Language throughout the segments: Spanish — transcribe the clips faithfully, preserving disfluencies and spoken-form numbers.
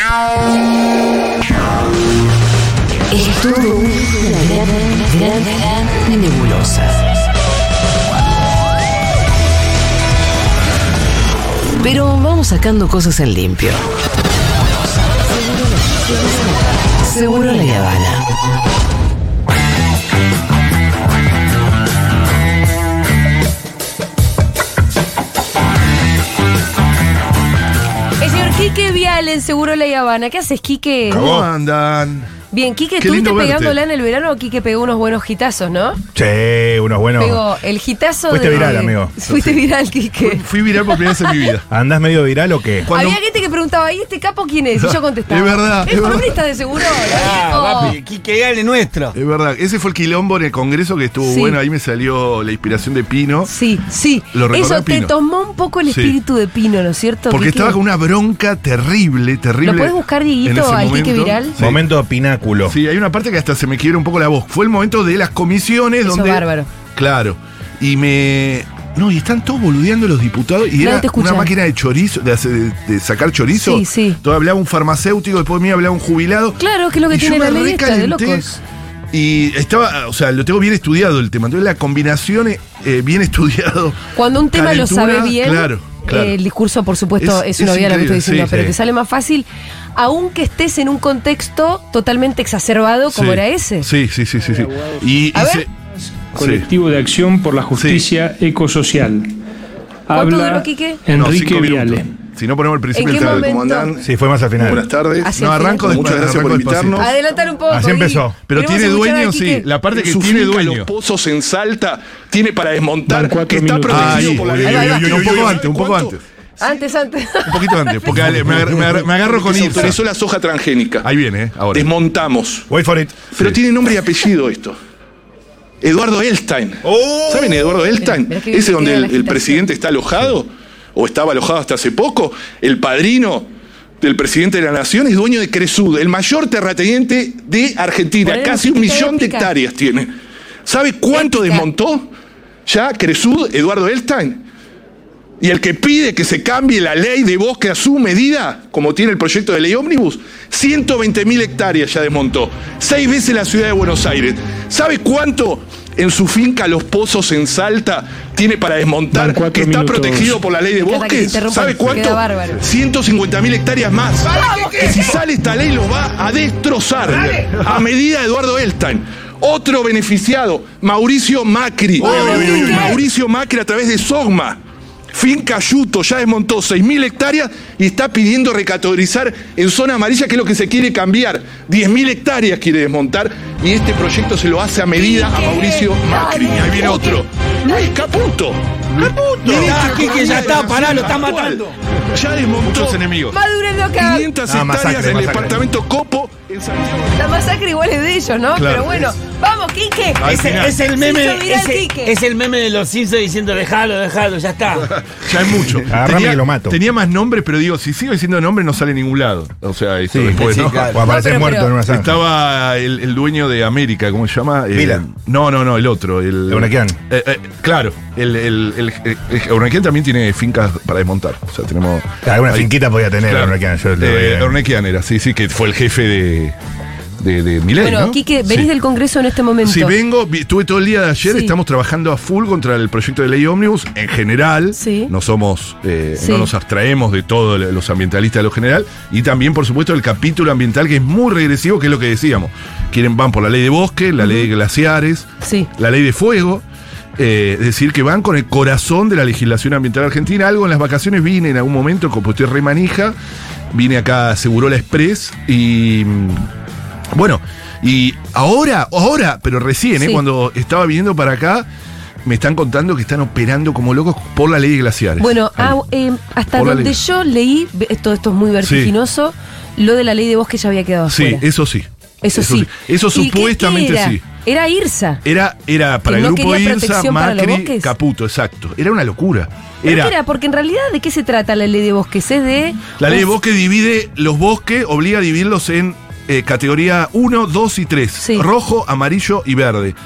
Es todo una gran, gran, gran nebulosa. Pero vamos sacando cosas en limpio. Seguro la Habana. El señor Quique Vial en Seguro La Habana. ¿Qué haces, Quique? ¿Cómo andan? Bien, Quique, Qué estuviste lindo pegándola verte. en el verano. Quique pegó unos buenos hitazos, ¿no? Sí, unos buenos. Pegó el hitazo Fuiste de... viral, amigo. Fuiste viral, Quique. Fui viral por primera vez en mi vida. ¿Andás medio viral o qué? Cuando- Había gente que preguntaba, ¿y este capo quién es? Y yo contestaba. Es verdad, Es es verdad. columnista de Seguro. Ah, viejo. papi, Quique Gale nuestro. Es verdad, ese fue el quilombo en el Congreso que estuvo Sí. bueno. Ahí me salió la inspiración de Pino. Sí, sí. Lo recordás, Eso te Pino. tomó un poco el Sí. espíritu de Pino, ¿no es cierto? Porque Quique? estaba con una bronca terrible, terrible. ¿Lo podés buscar, en Dieguito, ese al Quique momento. Viral? Sí. Momento pináculo. Sí, hay una parte que hasta se me quiebra un poco la voz. Fue el momento de las comisiones Eso donde. es bárbaro. Claro. Y me. No, y están todos boludeando los diputados. Y Nadie era te escucha. una máquina de chorizo, de, hacer- de- de sacar chorizo. Sí, sí. Todo hablaba un farmacéutico, después de mí hablaba un jubilado. Claro, que es lo que Y yo tiene la me ley esta de recalenté. locos. Y estaba, o sea, lo tengo bien estudiado el tema. Entonces la combinación eh, bien estudiado. Cuando un tema lo calentura, sabe bien, Claro, claro. eh, el discurso, por supuesto, Es- es, una es obviedad lo que estoy increíble, diciendo, sí, pero sí. te sale más fácil, aunque estés en un contexto totalmente exacerbado como Sí. era ese. Sí, sí, sí, sí. sí. Y, A y ver. se- Colectivo de Acción por la Justicia Ecosocial. ¿Cuánto Habla duró, Quique? No, Enrique cinco Viale. minutos. Si no ponemos el principio ¿En del qué tal. momento? ¿Cómo andan? Sí, fue más al final. Buenas tardes. Hacia No, el arranco final. después. Muchas gracias arranco por despacito. invitarnos. Adelantar un poco. Así Gui. empezó. Pero Queremos tiene escuchar a dueño, Quique. sí. La parte que Su tiene finca, dueño. Los Pozos en Salta tiene para desmontar, Van cuatro que está minutos. protegido Ahí, por la uy, ley. uy, Ahí va, uy, uy, un poco antes, un poco ¿Cuánto? antes. Antes, antes. Un poquito antes, porque ale- me, agar- me agar- me agarro con Se Irsa. autorizó la soja transgénica. Ahí viene, eh, ahora. Desmontamos. Wait for it. Pero Sí. tiene nombre y apellido esto. Eduardo Elstein. Oh. ¿Saben Eduardo Elstein? Mirá qué bien Ese que donde queda el, la el agitación. presidente está alojado, o estaba alojado hasta hace poco. El padrino del presidente de la Nación es dueño de Cresud, el mayor terrateniente de Argentina. Ponele Casi un musiquita millón de épica. hectáreas tiene. ¿Sabe cuánto Épica. desmontó ya Cresud, Eduardo Elstein? Y el que pide que se cambie la ley de bosque a su medida, como tiene el proyecto de ley ómnibus, ciento veinte mil hectáreas ya desmontó. Seis veces la ciudad de Buenos Aires. ¿Sabe cuánto en su finca Los Pozos en Salta tiene para desmontar, Van cuatro que está minutos. protegido por la ley de Me encanta que te bosques? interrumpan, ¿Sabe queda cuánto? bárbaro. ciento cincuenta mil hectáreas más. Que si sale esta ley lo va a destrozar. A medida de Eduardo Elstein. Otro beneficiado, Mauricio Macri. Mauricio Macri a través de Sogma. Finca Yuto ya desmontó seis mil hectáreas y está pidiendo recategorizar en zona amarilla, que es lo que se quiere cambiar. diez mil hectáreas quiere desmontar y este proyecto se lo hace a medida a Mauricio Macri. Y ahí viene otro. Luis Caputo. Caputo. Ya, Quique, ya está, pará, lo está matando. Ya desmontó Muchos enemigos. Maduren loca. quinientas Ah, hectáreas masacre, del masacre. departamento Copo en Santiago. La masacre igual es de ellos, ¿no? Claro. Pero bueno, vamos, Quique. Al Ese- final. es el Se meme, hizo viral, ese- Quique. es el meme de los Simpsons diciendo dejalo, dejalo, ya está. Ya es mucho. Agarrame que lo mato. Tenía más nombres, pero digo, si sigo diciendo nombre no sale a ningún lado. O sea, esto Sí, después, sí, ¿no? claro. O aparecer No, pero- muerto pero- en una zanja. Estaba el, el dueño de América, ¿cómo se llama? El- Vila. No, no, no, el otro. El Eurnequian. Eh, eh, claro, el, el, el, el- el Eurnequian también tiene fincas para desmontar. O sea, tenemos. Alguna ahí- finquita podía tener, Claro. Eurnequian, yo le Eh, doy- Eurnequian era, sí, sí, que fue el jefe de, de, de Milei, Bueno, ¿no? Quique, venís Sí. del Congreso en este momento. Sí, vengo, vi- estuve todo el día de ayer, Sí. estamos trabajando a full contra el proyecto de ley ómnibus en general. Sí. No somos, eh, Sí. no nos abstraemos de todos los ambientalistas de lo general. Y también, por supuesto, el capítulo ambiental que es muy regresivo, que es lo que decíamos. Quieren, van por la ley de bosque, la ley de glaciares, Sí. la ley de fuego. Eh, es decir, que van con el corazón de la legislación ambiental argentina. Algo en las vacaciones vine en algún momento, como estoy re manija, vine acá a Segurola Express y mm, bueno, y ahora, ahora, pero recién, Sí. eh, cuando estaba viniendo para acá, me están contando que están operando como locos por la ley de glaciares. Bueno, Ahí. ah, eh, hasta Por la donde ley. yo leí, ve- esto, esto es muy vertiginoso, lo de la ley de bosque ya había quedado Sí, afuera. eso sí. Eso sí. Eso ¿Y qué- supuestamente qué era? sí. Era IRSA. Era, era para ¿Que el no grupo quería IRSA, protección para los Macri, bosques? Caputo, exacto. Era una locura. ¿Pero Era, qué era? Porque en realidad, ¿de qué se trata la ley de bosques? Es de... la ley de bosque divide los bosques, obliga a dividirlos en eh, categoría uno, dos y tres. Sí. Rojo, amarillo y verde.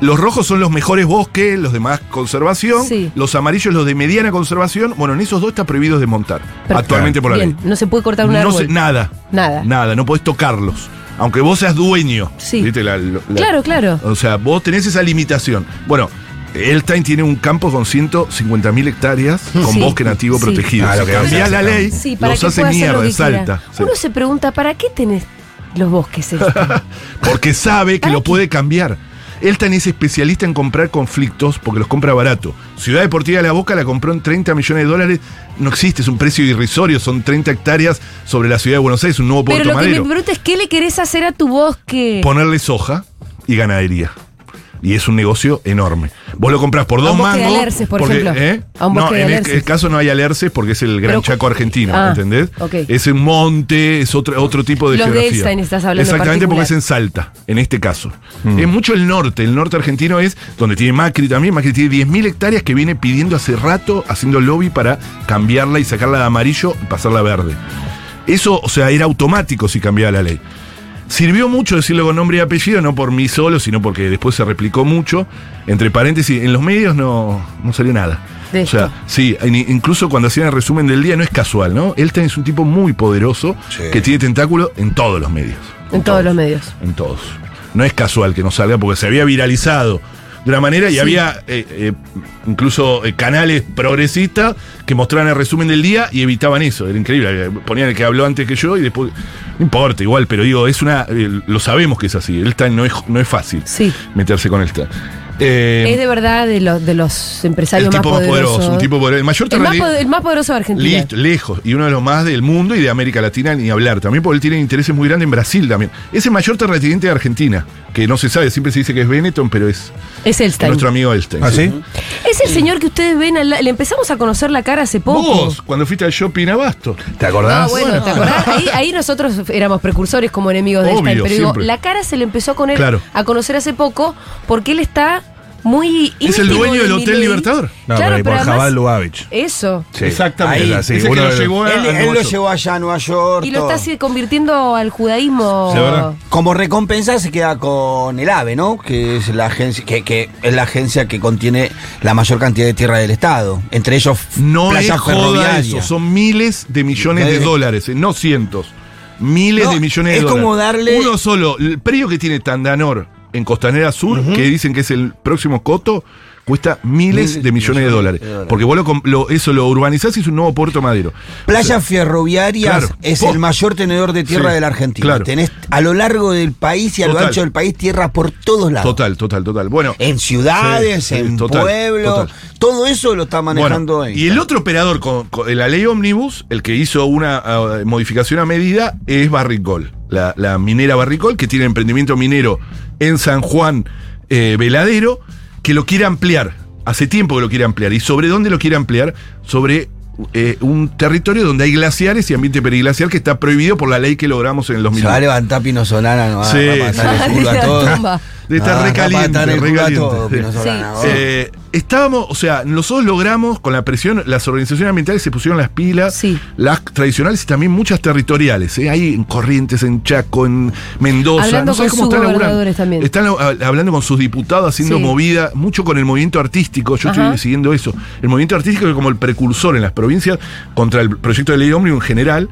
Los rojos son los mejores bosques, los de más conservación. Sí. Los amarillos, los de mediana conservación. Bueno, en esos dos está prohibido desmontar. Perfecto. Actualmente por la Bien, ley. no se puede cortar un No árbol. se- nada. Nada. Nada, no podés tocarlos. Aunque vos seas dueño. Sí. ¿Viste? La- la- Claro, claro. O sea, vos tenés esa limitación. Bueno, Elstein tiene un campo con ciento cincuenta mil hectáreas con Sí, bosque nativo sí. protegido. Ah, Si lo que cambiás hace la ese ley, Sí, para los que hace pueda hacer lo mierda, que quiera. salta. Sí. Uno se pregunta, ¿para qué tenés los bosques estos? Porque sabe que lo puede cambiar. Elstein es especialista en comprar conflictos porque los compra barato. Ciudad Deportiva de La Boca la compró en treinta millones de dólares. No existe, es un precio irrisorio. Son treinta hectáreas sobre la ciudad de Buenos Aires, un nuevo Pero puerto lo que madero. me pregunto es, ¿qué le querés hacer a tu bosque? Ponerle soja y ganadería. Y es un negocio enorme. Vos lo comprás por A dos un bosque de mangos. alerces, por porque, ejemplo. ¿eh? A un No, bosque de en el, alerces. el caso no hay alerces porque es el Gran Pero- Chaco argentino, Ah, ¿entendés? ok. Es un monte, es otro, otro tipo de Los de geografía. Elstein estás hablando en Exactamente, porque es particular. en Salta, en este caso. Es mucho el norte. El norte argentino es donde tiene Macri también. Macri tiene diez mil hectáreas que viene pidiendo hace rato, haciendo lobby para cambiarla y sacarla de amarillo y pasarla a verde. Eso, o sea, era automático si cambiaba la ley. Sirvió mucho decirlo con nombre y apellido, no por mí solo, sino porque después se replicó mucho. Entre paréntesis, en los medios no, no salió nada. De O sea, esto. sí, in- incluso cuando hacían el resumen del día, no es casual, ¿no? Elstein es un tipo muy poderoso Sí. que tiene tentáculo en todos los medios. En todos los medios. En todos. No es casual que no salga porque se había viralizado de una manera y Sí. había eh, eh, incluso eh, canales progresistas que mostraban el resumen del día y evitaban eso. Era increíble. Ponían el que habló antes que yo y después. No importa, igual, pero digo, es una. eh, lo sabemos que es así. Elstein no es, no es fácil Sí. meterse con Elstein. Eh, Es de verdad de, los de los el empresarios tipo más más poderosos. poderoso, un tipo poderoso. El mayor el, más terrorista- poder- el más poderoso de Argentina. Listo, lejos. Y uno de los más del mundo y de América Latina, ni hablar. También porque él tiene intereses muy grandes en Brasil también. Es el mayor terrateniente de Argentina, que no se sabe, siempre se dice que es Benetton, pero es Es Elstein. nuestro amigo Elstein. ¿Ah, sí? Es el señor que ustedes ven, al la- le empezamos a conocer la cara hace poco. Vos, cuando fuiste al shopping Abasto. ¿Te acordás? No, bueno, ¿te acordás? Ahí, ahí nosotros éramos precursores como enemigos de Obvio, Elstein, pero digo, siempre. la cara se le empezó a, coner- Claro. a conocer hace poco porque él está muy Es el íntimo dueño de del Hotel Milei. Libertador. No, Claro, pero, pero por además- Jabal Lubavitch. Eso. Sí. Exactamente. Ahí, sí, Ese uno que lo de- llevó a, Él, a él Nueva lo York. llevó allá a Nueva York. Y lo todo. está así convirtiendo al judaísmo. Sí, ¿verdad? Como recompensa se queda con el AVE, ¿no? Que es la agencia que, que es la agencia que contiene la mayor cantidad de tierra del Estado. Entre ellos No Playa es joda Ferroviaria. eso, son miles de millones de Eh. dólares, eh, no cientos. Miles No, de millones de es dólares. como darle- Uno solo, el predio que tiene Tandanor en Costanera Sur, que dicen que es el próximo Coto, cuesta miles Miles de millones de dólares. de dólares. Porque vos lo, com- lo- eso lo urbanizás y es un nuevo puerto madero. Playa Ferroviarias claro. es Oh. el mayor tenedor de tierra Sí, de la Argentina. claro. Tenés a lo largo del país y a lo Total. ancho del país tierra por todos lados. Total, total, total. Bueno. En ciudades, Sí, sí, en total, pueblos, total. todo eso lo está manejando Bueno, ahí. y el otro operador con, con la ley Omnibus, el que hizo una ah, modificación a medida, es Barricol. La, la minera Barricol, que tiene emprendimiento minero en San Juan eh, Veladero, que lo quiere ampliar. Hace tiempo que lo quiere ampliar. ¿Y sobre dónde lo quiere ampliar? Sobre eh, un territorio donde hay glaciares y ambiente periglaciar que está prohibido por la ley que logramos en el dos mil Se va a uno. levantar Pino Solana, no va, Sí, va a matar el culo a De la todos. tumba. De estar Ah, re va a caliente, matar el re culo a caliente. todos, Pino Sí. Solana, Sí. oh. Eh, estábamos, o sea, nosotros logramos con la presión, las organizaciones ambientales se pusieron las pilas, Sí. las tradicionales y también muchas territoriales. ¿eh? Hay en Corrientes, en Chaco, en Mendoza. Hablando no sabés con cómo sus están laburando. gobernadores también. Están ah, hablando con sus diputados, haciendo Sí. movida, mucho con el movimiento artístico. Yo Ajá. estoy siguiendo eso. El movimiento artístico es como el precursor en las provincias contra el proyecto de ley Ómnibus en general.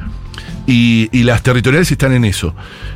Y, y las territoriales están en eso.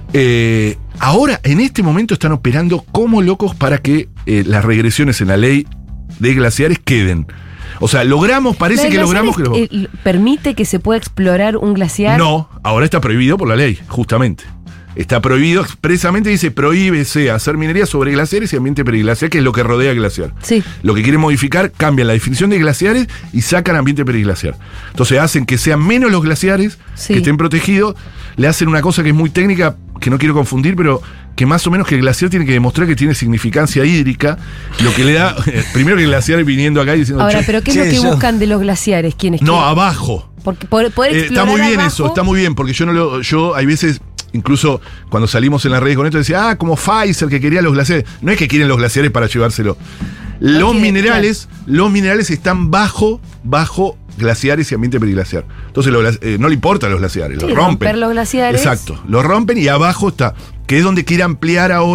Eh, ahora, en este momento, están operando como locos para que eh, las regresiones en la ley de glaciares queden. O sea, logramos, parece ¿La que de logramos que glaciares, lo... eh, ¿Permite que se pueda explorar un glaciar? No, ahora está prohibido por la ley, justamente. Está prohibido, expresamente dice, prohíbese hacer minería sobre glaciares y ambiente periglaciar, que es lo que rodea el glaciar. Sí. Lo que quieren modificar, cambian la definición de glaciares y sacan ambiente periglaciar. Entonces hacen que sean menos los glaciares Sí. que estén protegidos, le hacen una cosa que es muy técnica, que no quiero confundir, pero que más o menos que el glaciar tiene que demostrar que tiene significancia hídrica, lo que le da, primero que el glaciar viniendo acá y diciendo, Ahora, "Che, pero ¿qué es che, lo que yo- buscan de los glaciares? ¿Quiénes no, quieren? abajo. Porque poder, poder Eh, está explorar muy bien abajo- eso, está muy bien, porque yo no lo, yo hay veces, incluso cuando salimos en las redes con esto, decía, ah, como Pfizer que quería los glaciares. No es que quieren los glaciares para llevárselo. Los quieren, minerales, los minerales están bajo, bajo glaciares y ambiente periglaciar. Entonces los glaci- eh, no le importan los glaciares, Sí, los rompen. romper los glaciares. Exacto, los rompen y abajo está, que es donde quiere ampliar ahora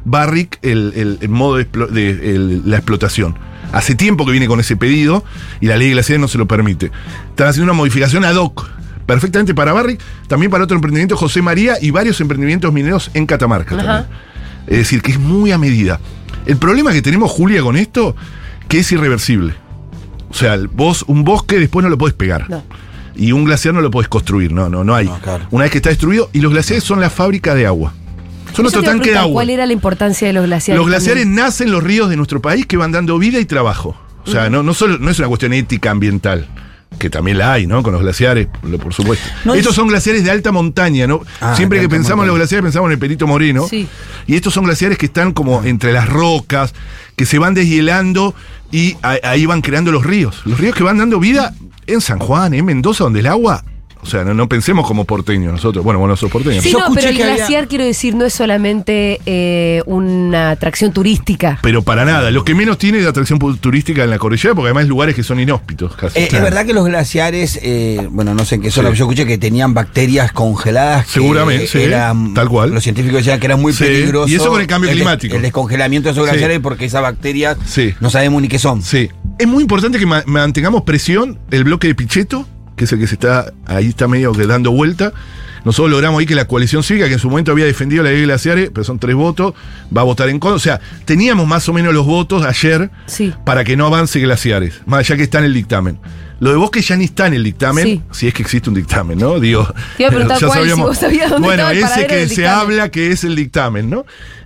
Barrick el, el- el modo de, explo- de- el- la explotación. Hace tiempo que viene con ese pedido y la ley de glaciares no se lo permite. Están haciendo una modificación ad hoc, perfectamente para Barrick, también para otro emprendimiento, José María, y varios emprendimientos mineros en Catamarca Ajá. también. Es decir, que es muy a medida. El problema que tenemos, Julia, con esto, que es irreversible. O sea, vos, un bosque después no lo podés pegar. No. Y un glaciar no lo podés construir, no, no, no hay. No, claro. Una vez que está destruido, y los glaciares son la fábrica de agua. Son Eso nuestro te iba a tanque de preguntar, agua. ¿cuál era la importancia de los glaciares? Los glaciares también? nacen en los ríos de nuestro país que van dando vida y trabajo. O sea, no, no, solo, no es una cuestión ética ambiental, que también la hay, ¿no? Con los glaciares, lo- por supuesto. No estos es- son glaciares de alta montaña, ¿no? Ah, Siempre de que alta pensamos en los montaña. glaciares pensamos en el Perito Moreno. Sí. Y estos son glaciares que están como entre las rocas, que se van deshielando y a- ahí van creando los ríos. Los ríos que van dando vida en San Juan, en Mendoza, donde el agua... O sea, no, no pensemos como porteños nosotros. Bueno, vos no sos porteños. Sí, Yo no, escuché pero el que había- glaciar, quiero decir, no es solamente eh, una atracción turística. Pero para nada, lo que menos tiene de atracción pu- turística en la cordillera, porque además hay lugares que son inhóspitos casi. Eh, Es verdad que los glaciares, eh, bueno, no sé en qué zona, Sí. pero yo escuché que tenían bacterias congeladas. que Seguramente, sí, eran- tal cual. Los científicos decían que era muy Sí, peligroso. y eso con el cambio des- climático. El descongelamiento de esos Sí. glaciares porque esas bacterias Sí. no sabemos ni qué son. Sí. Es muy importante que ma- mantengamos presión el bloque de Pichetto, que es el que se está, ahí está medio que dando vuelta. Nosotros logramos ahí que la coalición cívica, que en su momento había defendido la ley de glaciares, pero son tres votos, va a votar en contra. O sea, teníamos más o menos los votos ayer Sí. para que no avance glaciares, más allá que está en el dictamen. Lo de Bosque ya ni está en el dictamen, Sí. si es que existe un dictamen, ¿no? Digo, Te iba a preguntar ya cuál, si sabíamos- vos sabías dónde bueno, estaba el ese paradero que del se dictamen. habla que es el dictamen, ¿no?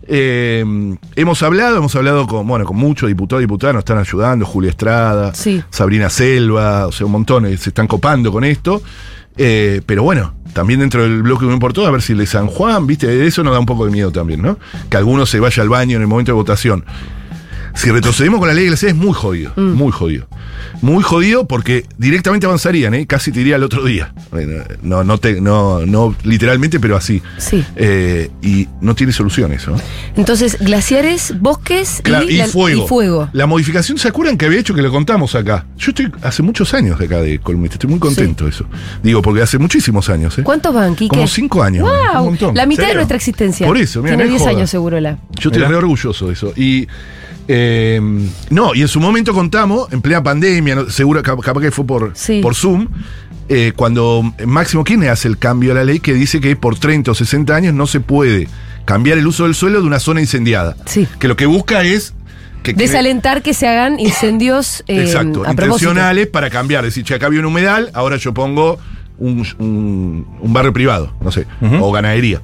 Eh, hemos hablado, hemos hablado con, bueno, con muchos diputados y diputadas, nos están ayudando, Julia Estrada, Sí. Sabrina Selva, o sea, un montón, eh, se están copando con esto. Eh, pero bueno, también dentro del bloque Unión por Todo, a ver si el de San Juan, viste, eso nos da un poco de miedo también, ¿no? Que alguno se vaya al baño en el momento de votación. Si retrocedemos con la ley de glaciares es muy jodido, muy jodido. Muy jodido porque directamente avanzarían, ¿eh? Casi te diría el otro día. Bueno, No, no, te, no, no literalmente, pero así. Sí. Eh, y no tiene solución eso. ¿no? Entonces, glaciares, bosques Claro, y, y, la- fuego. y fuego. La modificación, ¿se acuerdan que había hecho que lo contamos acá? Yo estoy hace muchos años de acá de Columnista, estoy muy contento de eso. Digo, porque hace muchísimos años, ¿eh? ¿Cuántos van, Quique? Como cinco años. ¡Wow! Un montón. La mitad de ¿Serio? nuestra existencia. Por eso, mira, Tiene no es diez joda. años seguro la. Yo estoy Mirá. re orgulloso de eso. Y eh, no, y en su momento contamos, en plena pandemia, no- seguro cap- capaz que fue por, Sí. por Zoom, eh, cuando Máximo Kirchner hace el cambio a la ley que dice que por treinta o sesenta años no se puede cambiar el uso del suelo de una zona incendiada. Sí. Que lo que busca es que Desalentar que se hagan incendios eh, Exacto, a propósito. intencionales para cambiar. Es decir, che, acá había un humedal, ahora yo pongo un, un- un barrio privado, no sé, o ganadería.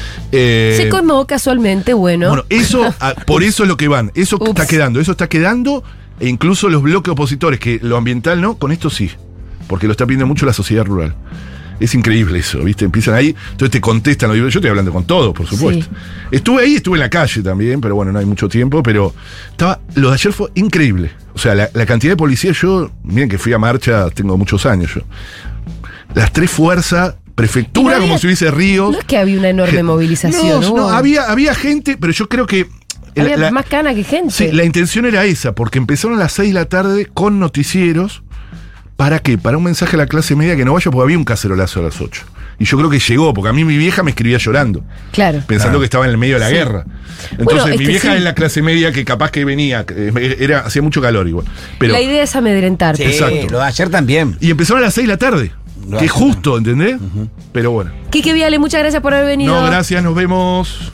Eh, Se conmó casualmente, bueno. Bueno, eso, a- por eso es lo que van. Eso Ups. está quedando, eso está quedando, e incluso los bloques opositores, que lo ambiental no, con esto sí. Porque lo está pidiendo mucho la sociedad rural. Es increíble eso, ¿viste? Empiezan ahí, entonces te contestan. Yo estoy hablando con todo, por supuesto. Sí. Estuve ahí, estuve en la calle también, pero bueno, no hay mucho tiempo. Pero estaba, lo de ayer fue increíble. O sea, la, la cantidad de policías, yo, miren que fui a marcha, tengo muchos años yo. Las tres fuerzas, Y prefectura, no había- como si hubiese ríos. No es que había una enorme Gen- movilización, No, ¿no? no, había, había gente, pero yo creo que. el- Había la- más cana que gente. Sí, la intención era esa, porque empezaron a las seis de la tarde con noticieros. ¿Para qué? Para un mensaje a la clase media que no vaya, porque había un cacerolazo a las ocho. Y yo creo que llegó, porque a mí mi vieja me escribía llorando, Claro. pensando Claro. que estaba en el medio de la Sí. guerra. Entonces, Bueno, es mi que vieja sí. es la clase media que capaz que venía, que, eh, era, hacía mucho calor igual. Pero, La idea es amedrentar. Sí, Exacto. lo de ayer también. y empezaron a las seis de la tarde, Lo que es hacen. justo, ¿entendés? Pero bueno. Quique Viale, muchas gracias por haber venido. No, gracias, nos vemos.